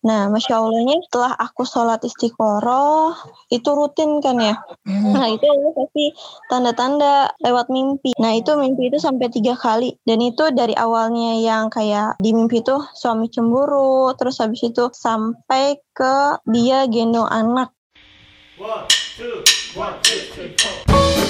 Nah, Masya Allahnya setelah aku sholat istiqoroh, itu rutin kan ya. Nah, itu Allah kasih tanda-tanda lewat mimpi. Nah, itu mimpi itu sampai 3 kali. Dan itu dari awalnya yang kayak di mimpi itu suami cemburu, terus habis itu sampai ke dia gendong anak. 1, 2, 1, 2, 3, 4.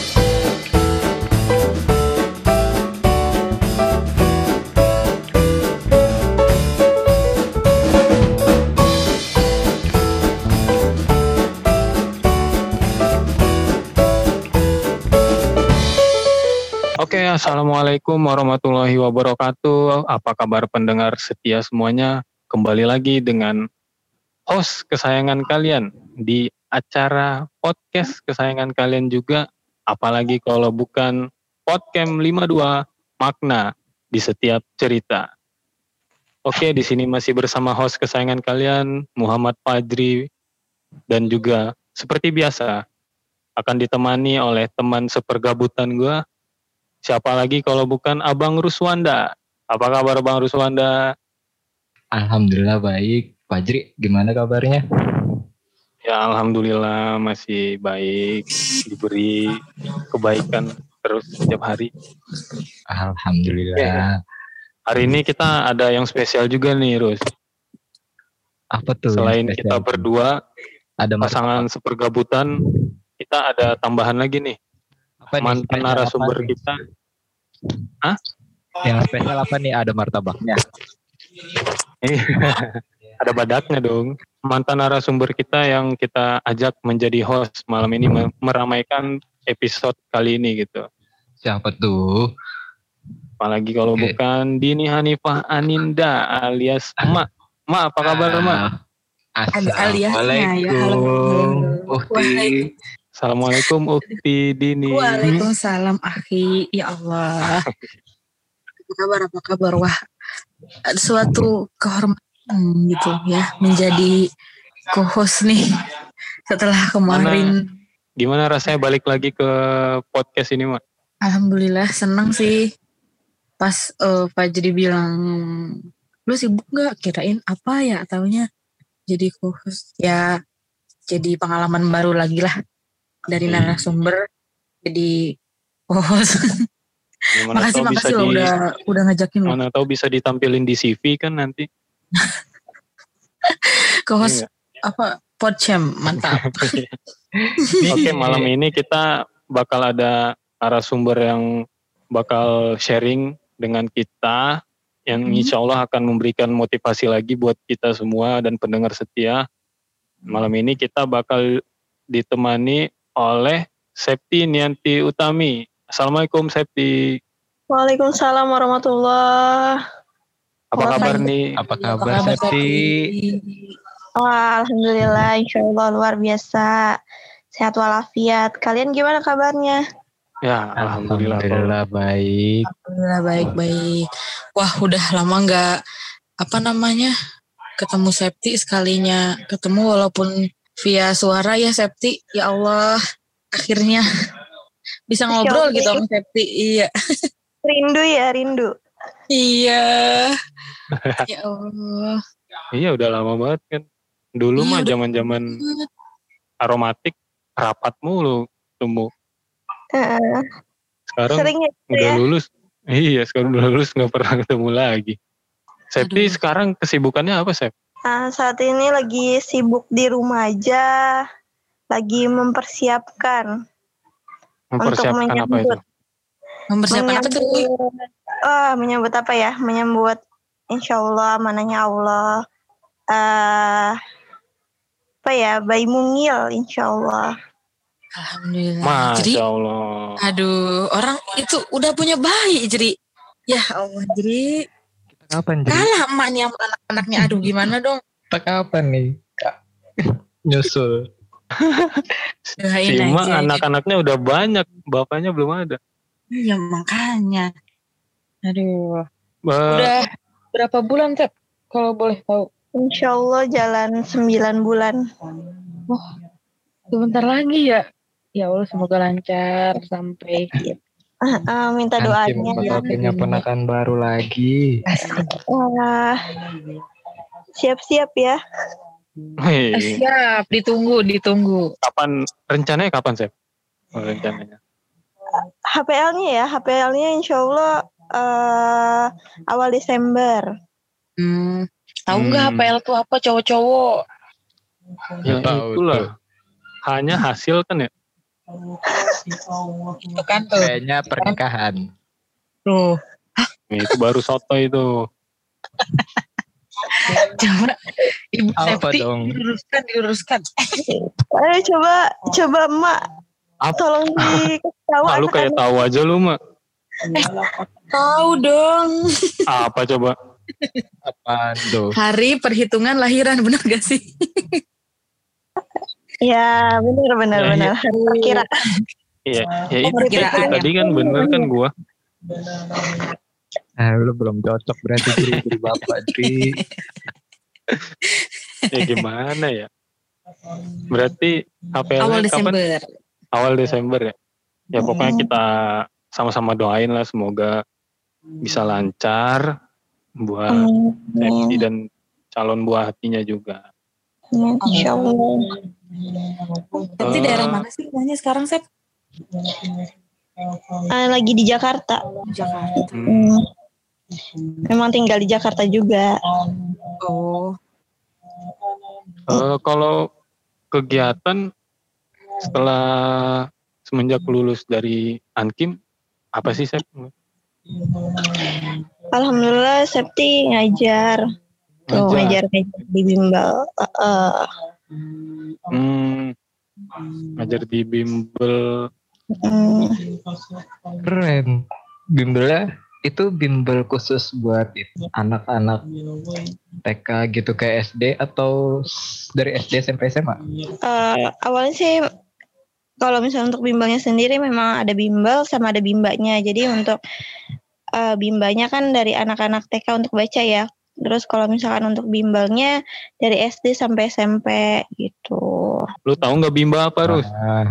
Oke, assalamualaikum warahmatullahi wabarakatuh. Apa kabar pendengar setia semuanya? Kembali lagi dengan host kesayangan kalian di acara podcast kesayangan kalian juga. Apalagi kalau bukan Podcast 52 Makna di setiap cerita. Oke, di sini masih bersama host kesayangan kalian Muhammad Fajri dan juga seperti biasa akan ditemani oleh teman sepergabutan gue. Siapa lagi kalau bukan Abang Ruswanda. Apa kabar Bang Ruswanda? Alhamdulillah baik. Fajri, gimana kabarnya? Ya Alhamdulillah masih baik. Diberi kebaikan terus setiap hari. Alhamdulillah. Ya. Hari ini kita ada yang spesial juga nih Rus. Apa tuh? Selain kita berdua, ada pasangan sepergabutan, kita ada tambahan lagi nih. Apa mantan narasumber kita. Hah? Yang spesial apa nih? Ada martabaknya. Ada badaknya dong. Mantan narasumber kita yang kita ajak menjadi host malam ini meramaikan episode kali ini gitu. Siapa tuh? Apalagi kalau bukan Dini Hanifah Aninda alias Emak. Emak, apa kabar Emak? Assalamualaikum. Assalamualaikum Ukti Dini. Waalaikumsalam akhi. Ya Allah. Apa kabar? Wah, suatu kehormatan gitu ya menjadi co-host nih setelah kemarin. Gimana rasanya balik lagi ke podcast ini, Mak? Alhamdulillah senang sih. Pas Fajri bilang, lu sibuk gak? Kirain apa ya? Taunya jadi co-host. Ya jadi pengalaman baru lagi lah. Dari narasumber jadi host. Makasih loh udah ngajakin lo. Mana tahu bisa ditampilin di CV kan nanti. Host apa Podcam, mantap. Oke, malam ini kita bakal ada narasumber yang bakal sharing dengan kita yang insya Allah akan memberikan motivasi lagi buat kita semua dan pendengar setia. Malam ini kita bakal ditemani oleh Septi Nianti Utami. Assalamualaikum Septi. Waalaikumsalam warahmatullahi. Apa kabar nih? Apa kabar Septi? Alhamdulillah, insya Allah luar biasa. Sehat walafiat. Kalian gimana kabarnya? Ya, alhamdulillah baik. Alhamdulillah baik. Wah, udah lama nggak ketemu Septi, sekalinya ketemu walaupun via suara ya Septi. Ya Allah, akhirnya bisa ngobrol gitu sama Septi. Iya. Rindu. Iya. Ya Allah. Iya, udah lama banget kan. Dulu mah zaman-zaman aromatik rapat mulu temu. Sekarang udah lulus. Iya, sekarang udah lulus nggak pernah ketemu lagi. Septi sekarang kesibukannya apa, Sep? Saat ini lagi sibuk di rumah aja, lagi mempersiapkan untuk apa itu? Mempersiapkan apa tuh? Menyambut apa ya? Menyambut insya Allah amanahnya Allah. Bayi mungil insya Allah. Alhamdulillah. Masya Allah. Aduh, orang itu udah punya bayi jadi. Ya Allah, jadi kapan jadi? Kalah emaknya sama anak-anaknya. Aduh, gimana dong? Kapan nih? Nyusul. Cuma anak-anaknya udah banyak, bapaknya belum ada. Iya, makanya. Aduh. Udah berapa bulan, Tep? Kalau boleh tahu. Insya Allah jalan 9 bulan. Oh, sebentar lagi ya. Ya Allah, semoga lancar sampai minta doanya. Bakal punya ponakan baru lagi. Siap-siap ya. Hei, Siap, ditunggu. rencananya kapan, Sep? Rencananya. HPL-nya insya Allah awal Desember. Tahu nggak HPL tuh apa cowok-cowok? Ya Tahu itulah. tuh. Hanya hasil kan ya. Itu kan tuh. Kayaknya pernikahan. Tuh. Nah, itu baru soto itu. Coba Ibu Apa Septi dong? diluruskan. Coba Mak tolong dikasih tahu Lu kayak anak-anak. tahu aja lu, Mak. Tahu dong. Apa coba? Apaan tuh? Hari perhitungan lahiran, benar gak sih? Ya benar. Ya, Hari perkiraan. Iya, ya itu Perkiraan tadi kan bener kan gua. Lu belum cocok berarti jadi bapak, Dri. Ya gimana ya? Berarti Awal HPL-nya kapan? Desember. Awal Desember ya. Ya pokoknya kita sama-sama doain lah semoga bisa lancar buat Septi dan calon buah hatinya juga. Ya, insya Allah. Tapi daerah mana sih rumahnya sekarang, Sep? Lagi di Jakarta. Jakarta. Memang tinggal di Jakarta juga. Oh. Kalau kegiatan setelah semenjak lulus dari Ankim apa sih, Sep? Alhamdulillah Septi ngajar. Tuh ngajar di bimbel. Ngajar di bimbel. Keren. Bimbelnya itu bimbel khusus buat anak-anak TK gitu kayak SD atau dari SD sampai SMA? Awalnya sih kalau misalnya untuk bimbelnya sendiri memang ada bimbel sama ada bimbanya. Jadi untuk bimbanya kan dari anak-anak TK untuk baca ya. Terus kalau misalkan untuk bimbelnya dari SD sampai SMP gitu. Lu tahu nggak bimba apa, Rus?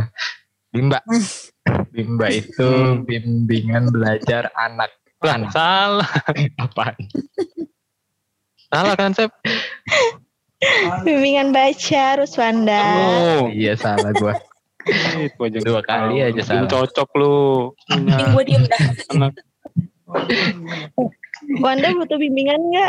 Bimba itu bimbingan belajar anak. Salah. Apaan? Salah kan, Sep? Bimbingan baca Ruswanda. Oh, Iya salah gua. itu aja 2 kali aja salah. Cocok lu. Yang gue diem dah. Anak. Wanda butuh bimbingan nggak?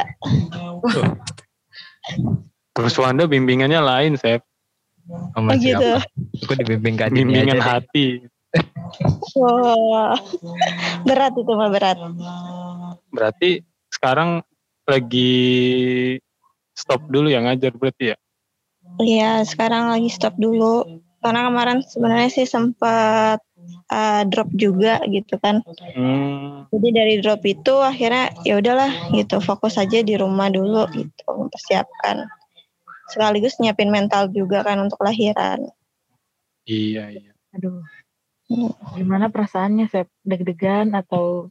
Terus Wanda bimbingannya lain, Sep. Oh, masih gitu. apa? Aku dibimbing kajian Bimbingan aja. hati. Wah, berat itu mah berat. Berarti sekarang lagi stop dulu ya ngajar berarti ya? Iya, sekarang lagi stop dulu. Karena kemarin sebenarnya sih sempat drop juga gitu kan. Jadi dari drop itu akhirnya ya udahlah gitu, fokus aja di rumah dulu gitu, mempersiapkan. Sekaligus nyiapin mental juga kan untuk lahiran. Iya. Aduh. Gimana perasaannya, Sep? Deg-degan atau?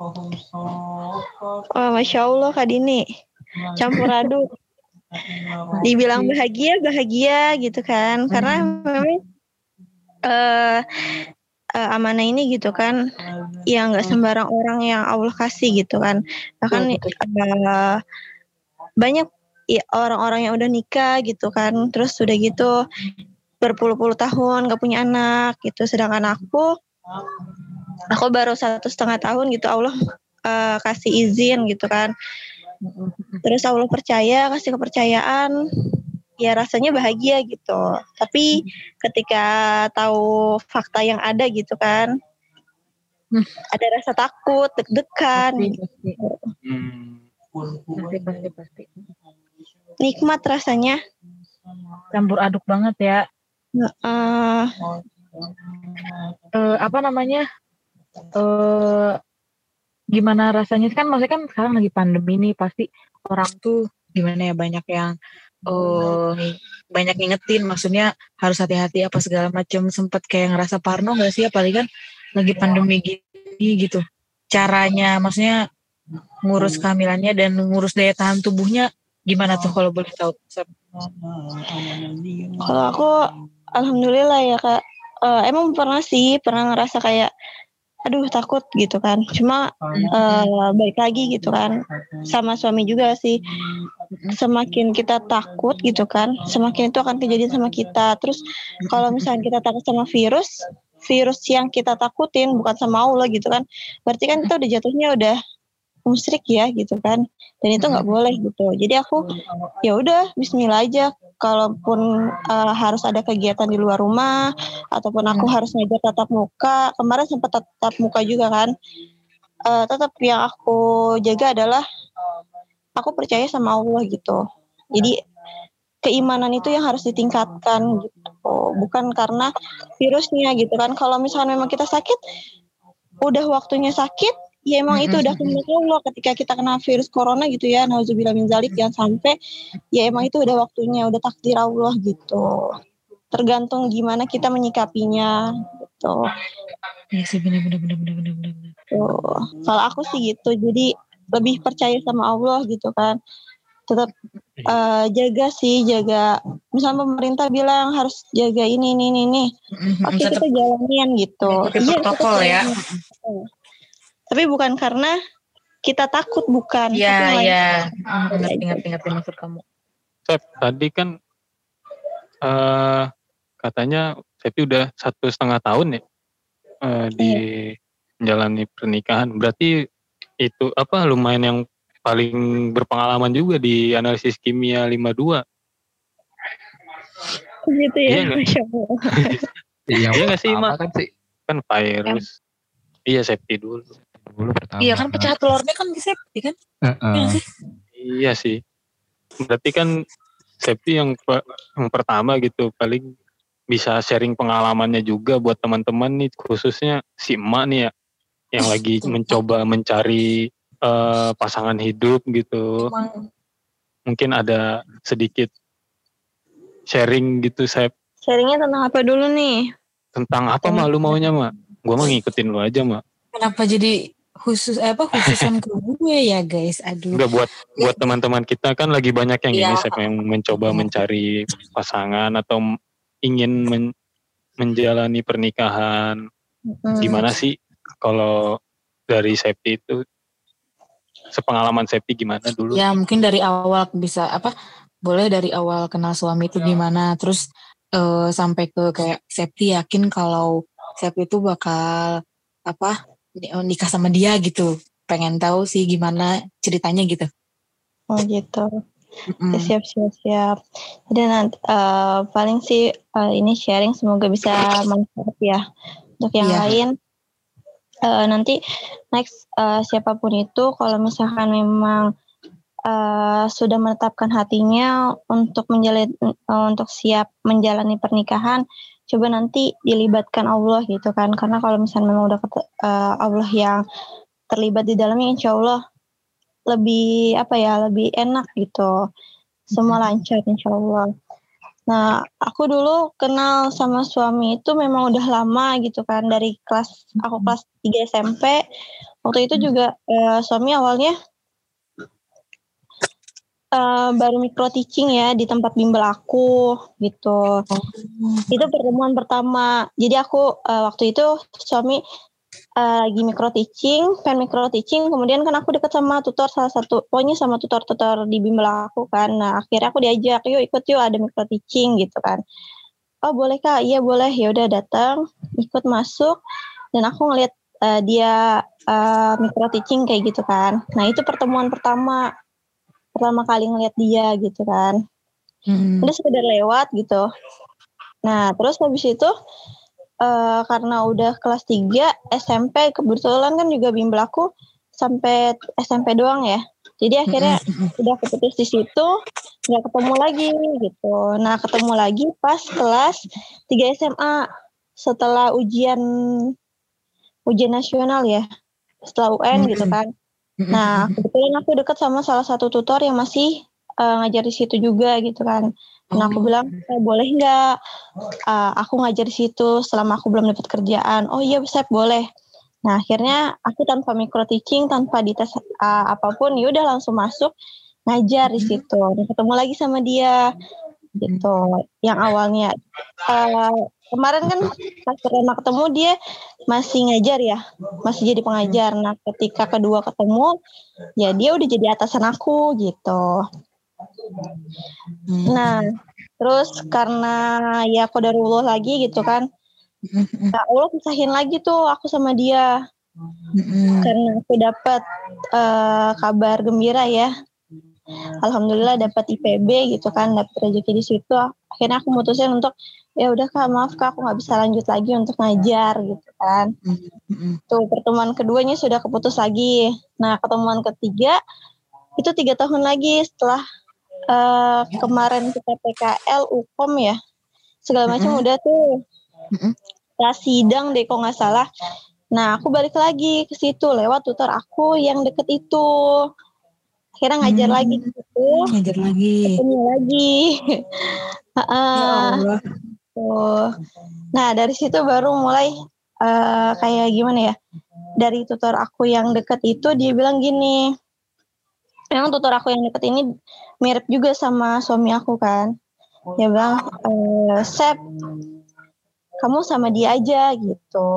Wah, Masya Allah Kak Dini. Campur aduk. Dibilang bahagia gitu kan. Karena memang amanah ini gitu kan. Ya gak sembarang orang yang Allah kasih gitu kan. Bahkan banyak orang-orang yang udah nikah gitu kan. Terus udah gitu berpuluh-puluh tahun gak punya anak gitu, sedangkan aku baru 1,5 tahun gitu Allah kasih izin gitu kan. Terus Allah kasih kepercayaan, ya rasanya bahagia gitu. Tapi ketika tahu fakta yang ada gitu kan, ada rasa takut, deg-degan. Pasti. Nikmat rasanya. Campur aduk banget ya. Gimana rasanya kan, maksudnya kan sekarang lagi pandemi nih, pasti orang tuh gimana ya, banyak yang banyak ngingetin, maksudnya harus hati-hati apa segala macam. Sempet kayak ngerasa parno nggak sih, apalagi kan lagi pandemi gini gitu. Caranya maksudnya ngurus kehamilannya dan ngurus daya tahan tubuhnya gimana tuh kalau boleh tahu? Kalau aku alhamdulillah ya Kak, emang pernah ngerasa kayak aduh takut gitu kan. Cuma balik lagi gitu kan, sama suami juga sih, semakin kita takut gitu kan, semakin itu akan kejadian sama kita. Terus kalau misalnya kita takut sama virus yang kita takutin bukan sama Allah gitu kan, berarti kan kita udah jatuhnya udah musyrik ya gitu kan, dan itu nggak boleh gitu. Jadi aku ya udah Bismillah aja, kalaupun harus ada kegiatan di luar rumah ataupun aku harus ngajar tatap muka, kemarin sempat tatap muka juga kan, tetap yang aku jaga adalah aku percaya sama Allah gitu. Jadi keimanan itu yang harus ditingkatkan gitu, bukan karena virusnya gitu kan. Kalau misalnya memang kita sakit, udah waktunya sakit, ya emang itu udah kehendak Allah ketika kita kena virus corona gitu ya, nauzubillah min dzalik, jangan sampai, ya emang itu udah waktunya, udah takdir Allah gitu. Tergantung gimana kita menyikapinya gitu. Iya sih, benar. Kalau aku sih gitu, jadi lebih percaya sama Allah gitu kan. Tetap jaga, misalnya pemerintah bilang harus jaga ini. Oke, kita jalanin gitu. Iya, protokol ya. Tapi bukan karena kita takut, bukan. Iya. Ngerti maksud kamu. Sep, tadi kan katanya Sepi udah 1,5 tahun ya di menjalani pernikahan. Berarti itu lumayan yang paling berpengalaman juga di analisis kimia 52. Gitu ya, iya Masya Allah. Iya nggak sih, Mak? Kan Virus. Iya, Sepi dulu pertama. Iya kan, pecah telurnya kan di safety kan? Iya sih. Berarti kan Sepi yang pertama gitu, paling bisa sharing pengalamannya juga buat teman-teman nih, khususnya si emak nih ya, yang lagi mencoba mencari pasangan hidup gitu. Mungkin ada sedikit sharing gitu, Sep. Sharingnya tentang apa dulu nih? Tentang apa, Mak, lu maunya, Mak? Gue mah ngikutin lu aja, Mak. Kenapa jadi khususan ke gue ya, guys? Aduh. Enggak, buat teman-teman kita kan lagi banyak yang Iya. ini, Sep, yang mencoba mencari pasangan atau ingin menjalani pernikahan. Gimana sih kalau dari Septi itu, sepengalaman Septi gimana dulu? Ya mungkin dari awal bisa boleh dari awal kenal suami itu gimana, terus sampai ke kayak Septi yakin kalau Septi itu bakal nikah sama dia gitu. Pengen tahu sih gimana ceritanya gitu. Oh gitu. Siap. Jadi nanti paling sih ini sharing, semoga bisa manfaat ya untuk yang lain. Nanti next siapapun itu, kalau misalkan memang sudah menetapkan hatinya untuk siap menjalani pernikahan, coba nanti dilibatkan Allah gitu kan, karena kalau misalnya memang udah Allah yang terlibat di dalamnya, insya Allah lebih lebih enak gitu, semua lancar insya Allah. Nah, aku dulu kenal sama suami itu memang udah lama gitu kan, dari aku kelas 3 SMP. Waktu itu juga suami awalnya baru micro teaching ya di tempat bimbel aku gitu. Itu pertemuan pertama. Jadi aku waktu itu suami lagi micro teaching, kemudian kan aku deket sama tutor sama tutor di bimbel aku kan. Nah, akhirnya aku diajak, yuk ikut yuk, ada micro teaching gitu kan. Oh boleh Kak, iya boleh, ya udah datang, ikut masuk, dan aku ngeliat dia micro teaching kayak gitu kan. Nah itu pertemuan pertama kali ngeliat dia gitu kan. Udah sekedar lewat gitu. Nah terus habis itu karena udah kelas 3 SMP, kebetulan kan juga bimbel aku sampai SMP doang ya. Jadi akhirnya udah keputus di situ, nggak ketemu lagi gitu. Nah ketemu lagi pas kelas 3 SMA setelah ujian nasional ya, setelah UN gitu kan. Nah kebetulan aku deket sama salah satu tutor yang masih ngajar di situ juga gitu kan. Nah aku bilang, boleh nggak aku ngajar di situ selama aku belum dapat kerjaan? Oh iya Sep, boleh. Nah akhirnya aku tanpa micro teaching, tanpa dites apapun, ya udah langsung masuk ngajar di situ. Dan ketemu lagi sama dia gitu. Yang awalnya kemarin kan pas pertama ketemu dia masih ngajar ya, masih jadi pengajar. Nah ketika kedua ketemu, ya dia udah jadi atasan aku gitu. Nah terus karena ya qadarullah lagi gitu kan, ya Allah pisahin lagi tuh aku sama dia. Karena aku dapat kabar gembira ya. Alhamdulillah dapat IPB gitu kan, dapat rezeki di situ. Akhirnya aku mutusin untuk ya udah Kak, maaf Kak, aku nggak bisa lanjut lagi untuk ngajar gitu kan. Tuh pertemuan keduanya sudah keputus lagi. Nah pertemuan ketiga itu 3 tahun lagi setelah kemarin kita PKL UKOM ya, segala macam udah tuh. Pas sidang deh kalau nggak salah. Nah aku balik lagi ke situ lewat tutor aku yang deket itu. Akhirnya ngajar lagi di situ. Ngajar lagi. Ketemu lagi. Ya Allah. Tuh. Nah dari situ baru mulai kayak gimana ya? Dari tutor aku yang deket itu dia bilang gini. Memang tutor aku yang deket ini mirip juga sama suami aku kan. Dia bilang, Sep, kamu sama dia aja gitu.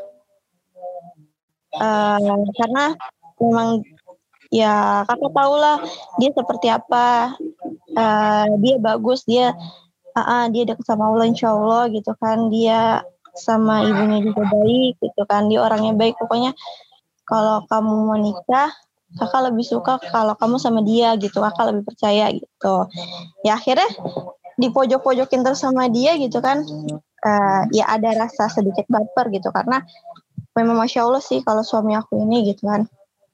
Karena memang ya kakak tahu lah dia seperti apa. Dia bagus, dia dekat sama Allah insya Allah gitu kan. Dia sama ibunya juga baik gitu kan. Dia orangnya baik. Pokoknya kalau kamu mau nikah, kakak lebih suka kalau kamu sama dia gitu. Kakak lebih percaya gitu. Ya akhirnya dipojok-pojokin terus sama dia gitu kan. Ya ada rasa sedikit baper gitu. Karena memang Masya Allah sih kalau suami aku ini gitu kan.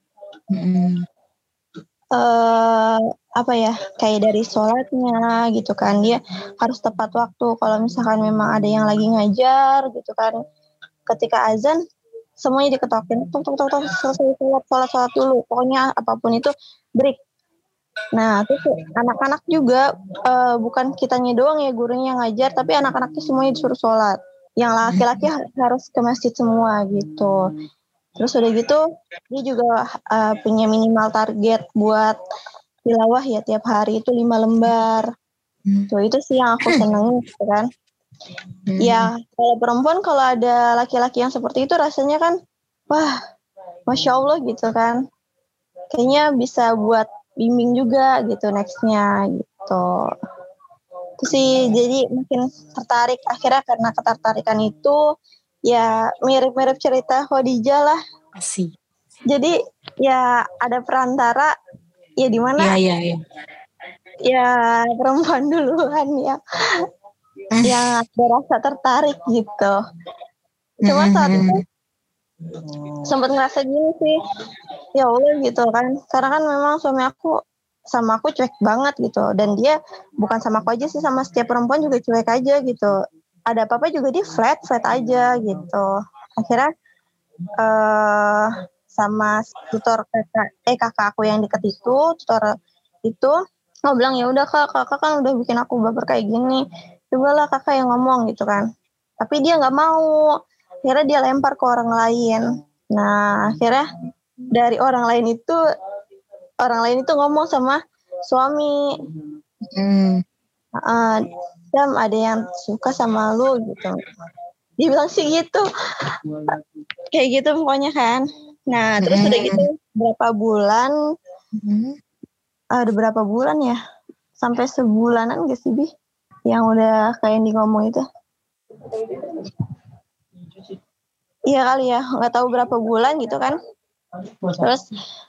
Apa ya, kayak dari sholatnya gitu kan, dia harus tepat waktu. Kalau misalkan memang ada yang lagi ngajar gitu kan, ketika azan semuanya diketokin, tok selesai sholat dulu, pokoknya apapun itu break. Nah terus anak-anak juga bukan kitanya doang ya gurunya yang ngajar, tapi anak-anaknya semuanya disuruh sholat. Yang laki-laki harus ke masjid semua gitu. Terus udah gitu dia juga punya minimal target buat tilawah ya tiap hari itu 5 lembar. Tuh itu sih yang aku senengin gitu kan. Ya kalau perempuan kalau ada laki-laki yang seperti itu rasanya kan wah Masya Allah gitu kan. Kayaknya bisa buat bimbing juga gitu nextnya gitu. Itu sih jadi makin tertarik akhirnya karena ketertarikan itu ya mirip-mirip cerita Khadijah lah. Asik. Jadi ya ada perantara ya di mana Iya. ya perempuan duluan ya yang ada rasa tertarik gitu. Cuma saat itu sempat ngerasa gini sih, ya Allah gitu kan. Karena kan memang suami aku sama aku cuek banget gitu. Dan dia bukan sama aku aja sih, sama setiap perempuan juga cuek aja gitu. Ada apa-apa juga dia flat aja gitu. Akhirnya sama tutor kakak aku yang deket itu, tutor itu mau bilang ya udah kakak kan udah bikin aku baper kayak gini, cobalah kakak yang ngomong gitu kan. Tapi dia nggak mau, akhirnya dia lempar ke orang lain. Nah akhirnya dari orang lain itu ngomong sama suami, Jam ada yang suka sama lu gitu. Dia bilang sih gitu, kayak gitu pokoknya kan. Nah terus udah gitu berapa bulan, ada berapa bulan ya, sampai sebulanan gak sih Bi yang udah kayak yang di ngomong itu. Iya kali ya, nggak tahu berapa bulan gitu kan. Terus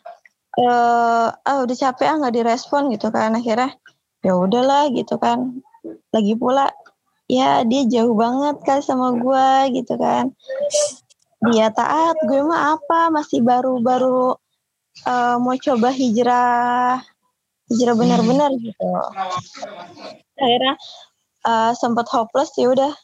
udah capek nggak direspon gitu kan. Akhirnya ya udahlah gitu kan. Lagi pula ya dia jauh banget kan sama gue gitu kan. Dia taat, gue mah apa, masih baru mau coba hijrah benar-benar gitu. Akhirnya sempat hopeless, ya udah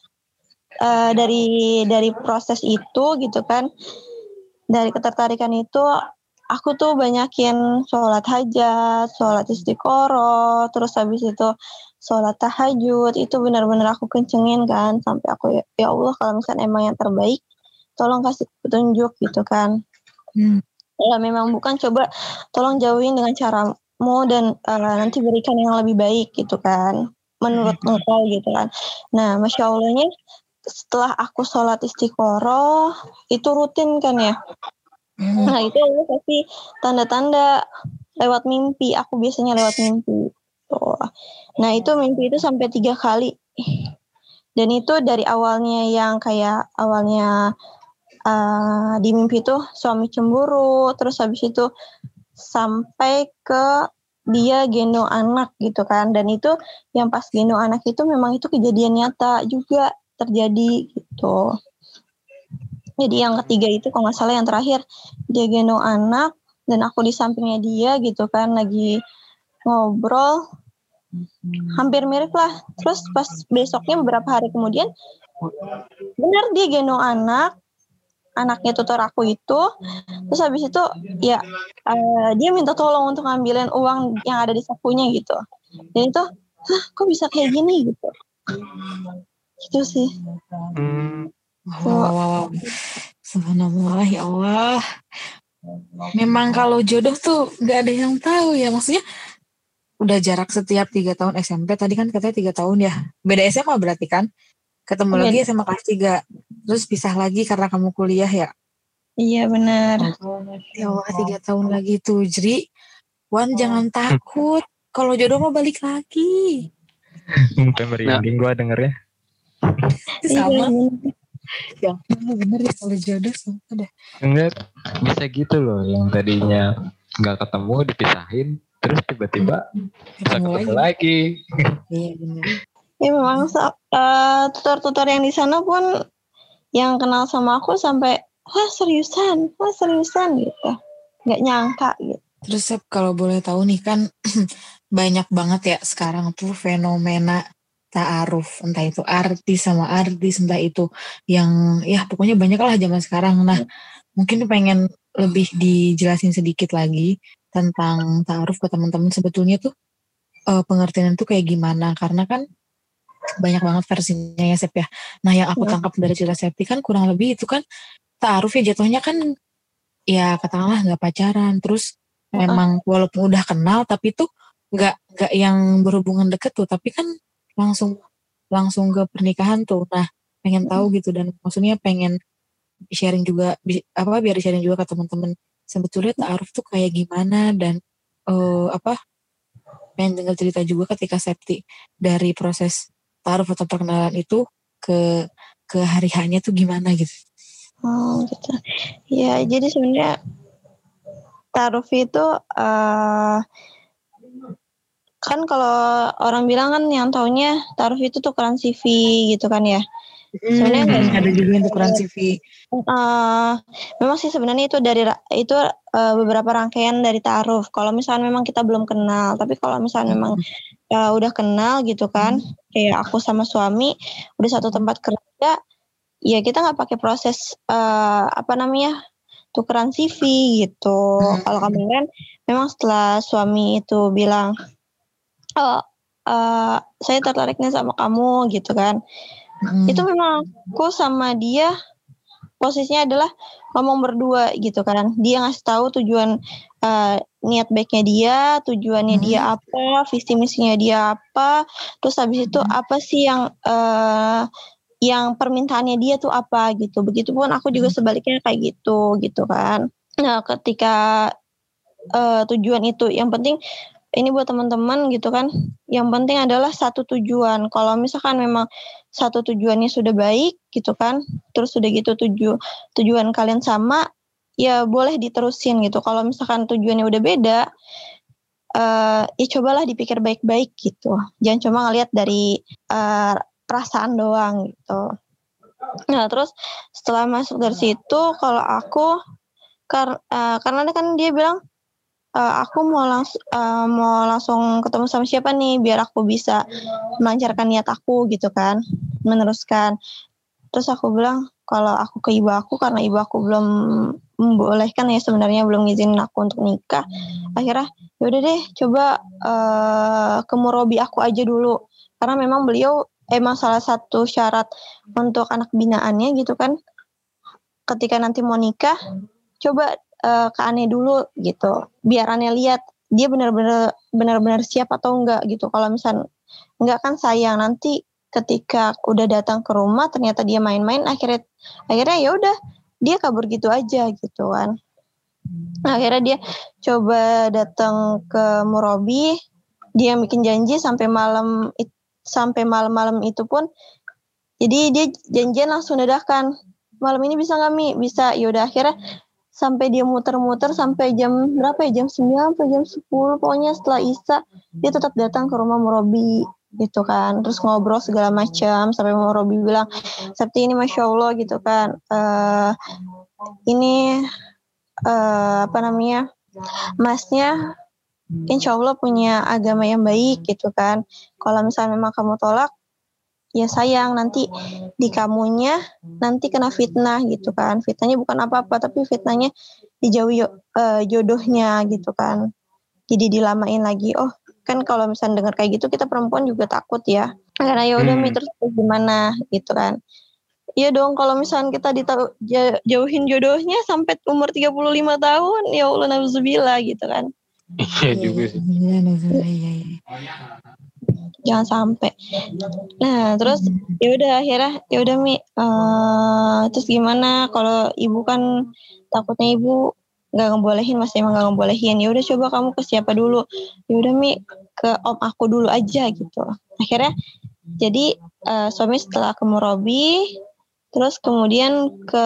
dari proses itu gitu kan, dari ketertarikan itu aku tuh banyakin sholat hajat, sholat istiqoroh, terus habis itu sholat tahajud. Itu benar-benar aku kencengin kan, sampai aku ya Allah kalau misalnya emang yang terbaik tolong kasih petunjuk gitu kan. Kalau memang bukan, coba tolong jauhin dengan caramu dan nanti berikan yang lebih baik gitu kan menurut engkau gitu kan. Nah Masya Allahnya setelah aku sholat istiqoroh itu rutin kan ya. Nah itu aku kasih tanda-tanda lewat mimpi. Aku biasanya lewat mimpi. Tuh. Nah itu mimpi itu sampai 3 kali. Dan itu dari awalnya yang kayak awalnya di mimpi itu suami cemburu, terus habis itu sampai ke dia gendong anak gitu kan. Dan itu yang pas gendong anak itu memang itu kejadian nyata juga terjadi gitu. Jadi yang ketiga itu kalau nggak salah yang terakhir dia gendong anak dan aku di sampingnya dia gitu kan lagi ngobrol. Hampir mirip lah. Terus pas besoknya beberapa hari kemudian benar dia gendong anaknya tutor aku itu. Terus habis itu ya dia minta tolong untuk ngambilin uang yang ada di sakunya gitu. Dan itu kok bisa kayak gini gitu. Gitu sih. Wow. Subhanallah, ya Allah. Memang kalau jodoh tuh gak ada yang tahu ya. Maksudnya udah jarak setiap 3 tahun SMP. Tadi kan katanya 3 tahun ya. Beda SMA berarti kan? Ketemu lagi SMA kelas 3. Terus pisah lagi karena kamu kuliah ya? Iya benar. Ya Allah, 3 tahun lagi tuh. Jadi Wan jangan takut. Kalau jodoh mau balik lagi. Sampai merinding gue dengernya. Itu sama. Yang bener ya kalau jodoh sama dah. Enggak, bisa gitu loh. Yang tadinya nggak ketemu dipisahin, terus tiba-tiba bisa ketemu lagi. Iya benar. Ya memang tutor-tutor yang di sana pun yang kenal sama aku sampai seriusan gitu. Nggak nyangka gitu. Terus Sep, kalau boleh tahu nih kan banyak banget ya sekarang tuh fenomena ta'aruf, entah itu artis sama artis, entah itu yang ya pokoknya banyak lah zaman sekarang. Nah mungkin pengen lebih dijelasin sedikit lagi tentang ta'aruf ke teman-teman, sebetulnya tuh pengertian itu kayak gimana, karena kan banyak banget versinya ya Sep ya. Nah yang aku tangkap dari cerita Septi kan kurang lebih itu kan ta'aruf ya jatuhnya kan ya katakanlah nggak pacaran, terus memang walaupun udah kenal tapi tuh nggak yang berhubungan deket tuh, tapi kan langsung ke pernikahan tuh. Nah pengen tahu gitu, dan maksudnya pengen sharing juga biar sharing juga ke teman-teman sebetulnya ta'aruf tuh kayak gimana, dan pengen dengar cerita juga ketika Septi dari proses ta'aruf atau perkenalan itu ke hari-harinya tuh gimana gitu. Oh gitu. Ya jadi sebenarnya ta'aruf itu kan kalau orang bilang kan yang taunya ta'aruf itu tukeran CV gitu kan ya. Sebenarnya ada juga yang tukeran CV. Memang sih sebenarnya itu beberapa rangkaian dari ta'aruf. Kalau misalnya memang kita belum kenal, tapi kalau misalnya memang udah kenal gitu kan, kayak aku sama suami udah satu tempat kerja, ya kita nggak pakai proses tukeran CV gitu. Kalau kemarin memang setelah suami itu bilang, saya tertarik nih sama kamu gitu kan. Itu memang aku sama dia posisinya adalah ngomong berdua gitu kan. Dia ngasih tahu tujuan niat baiknya dia, tujuannya dia apa, visi misinya dia apa, terus habis itu apa sih yang permintaannya dia tuh apa gitu. Begitupun aku juga sebaliknya kayak gitu kan. Nah ketika tujuan itu yang penting ini buat teman-teman gitu kan, yang penting adalah satu tujuan. Kalau misalkan memang satu tujuannya sudah baik gitu kan, terus sudah gitu tujuan kalian sama, ya boleh diterusin gitu. Kalau misalkan tujuannya udah beda, ya cobalah dipikir baik-baik gitu. Jangan cuma ngelihat dari perasaan doang gitu. Nah terus setelah masuk dari situ, kalau aku karena kan dia bilang aku mau langsung ketemu sama siapa nih biar aku bisa melancarkan niat aku gitu kan, meneruskan. Terus aku bilang kalau aku ke ibu aku, karena ibu aku belum membolehkan ya sebenarnya, belum ngizinin aku untuk nikah. Akhirnya yaudah deh coba ke murabi aku aja dulu, karena memang beliau emang salah satu syarat untuk anak binaannya gitu kan, ketika nanti mau nikah coba ke Ane dulu gitu, biar Ane lihat dia benar-benar siap atau enggak gitu. Kalau misal enggak kan sayang, nanti ketika udah datang ke rumah ternyata dia main-main, akhirnya ya udah dia kabur gitu aja gitu kan. Nah, akhirnya dia coba datang ke Murabi, dia bikin janji sampai malam-malam itu pun, jadi dia janjian langsung dadakan, malam ini bisa nggak Mi? Bisa. Yaudah akhirnya sampai dia muter-muter sampai jam berapa ya, jam 9 atau jam 10 pokoknya setelah Isya dia tetap datang ke rumah Murabi gitu kan, terus ngobrol segala macam sampai Murabi bilang, Septi ini Masya Allah gitu kan, ini masnya insya Allah punya agama yang baik gitu kan, kalau misalnya memang kamu tolak ya sayang, nanti di kamunya nanti kena fitnah gitu kan, fitnahnya bukan apa-apa tapi fitnahnya dijauhi jodohnya gitu kan, jadi dilamain lagi. Oh kan kalau misalnya dengar kayak gitu kita perempuan juga takut ya, karena ya udah Mi terus gimana gitu kan. Iya dong, kalau misalnya kita jauhin jodohnya sampai umur 35 tahun, ya Allah nauzubillah gitu kan. Iya juga sih. Iya. Jangan sampai. Nah, terus ya udah akhirnya ya udah Mi, terus gimana kalau ibu kan takutnya ibu nggak ngebolehin, Mas emang nggak ngebolehin. Ya udah coba kamu ke siapa dulu? Ya udah Mi, ke om aku dulu aja gitu. Akhirnya jadi suami setelah ke Murabi, terus kemudian ke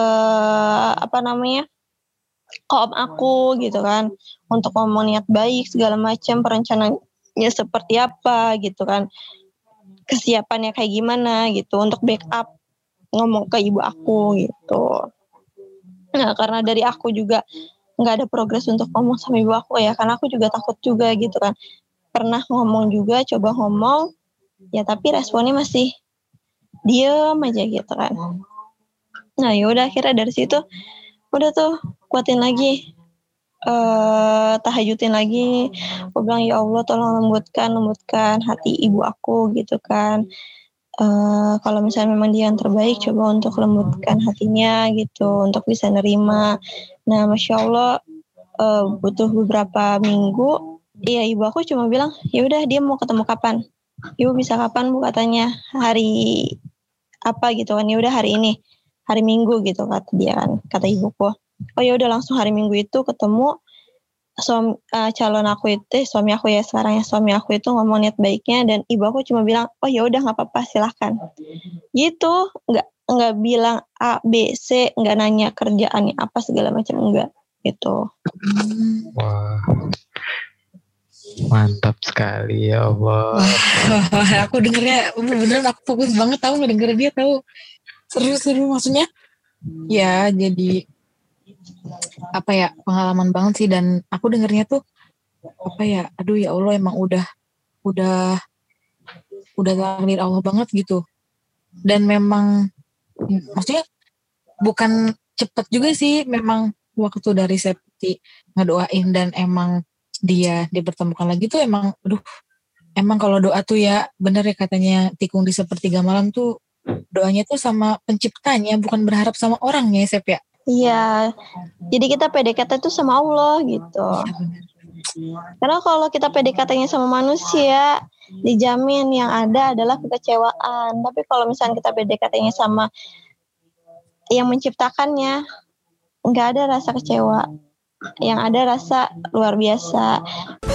ke om aku gitu kan, untuk ngomong niat baik segala macam, perencanaannya seperti apa gitu kan, kesiapannya kayak gimana gitu untuk backup ngomong ke ibu aku gitu. Nah karena dari aku juga nggak ada progres untuk ngomong sama ibu aku ya, karena aku juga takut juga gitu kan, pernah ngomong juga, coba ngomong ya tapi responnya masih diem aja gitu kan. Nah yaudah akhirnya dari situ udah tuh kuatin lagi, tahajudin lagi. Aku bilang ya Allah tolong lembutkan hati ibu aku gitu kan. Kalau misalnya memang dia yang terbaik, coba untuk lembutkan hatinya gitu untuk bisa nerima. Nah Masya Allah butuh beberapa minggu. Iya ibu aku cuma bilang ya udah dia mau ketemu kapan. Ibu bisa kapan Bu katanya, hari apa gitu kan. Ya udah hari ini, hari Minggu gitu kata dia kan, kata ibuku. Oh ya udah langsung hari Minggu itu ketemu calon aku itu, suami aku ya sekarang ya, suami aku itu ngomong niat baiknya, dan ibu aku cuma bilang oh ya udah nggak apa-apa silahkan gitu, nggak bilang A B C, nggak nanya kerjaannya apa segala macam, enggak gitu. Wah, mantap sekali ya Allah. Wah, aku dengernya beneran aku fokus banget tahu ngedenger dia tahu. Seru maksudnya. Ya, jadi apa ya, pengalaman banget sih, dan aku dengernya tuh apa ya, aduh ya Allah emang udah takdir Allah banget gitu. Dan memang maksudnya bukan cepet juga sih, memang waktu dari Septi ngedoain dan emang dia dipertemukan lagi tuh emang kalau doa tuh ya bener ya katanya tikung di sepertiga malam tuh doanya tuh sama penciptanya, bukan berharap sama orangnya ya Sep ya. Iya, jadi kita PDKT tuh sama Allah gitu. Karena kalau kita PDKT-nya sama manusia, dijamin yang ada adalah kekecewaan. Tapi kalau misalnya kita PDKT-nya sama yang menciptakannya, nggak ada rasa kecewa. Yang ada rasa luar biasa.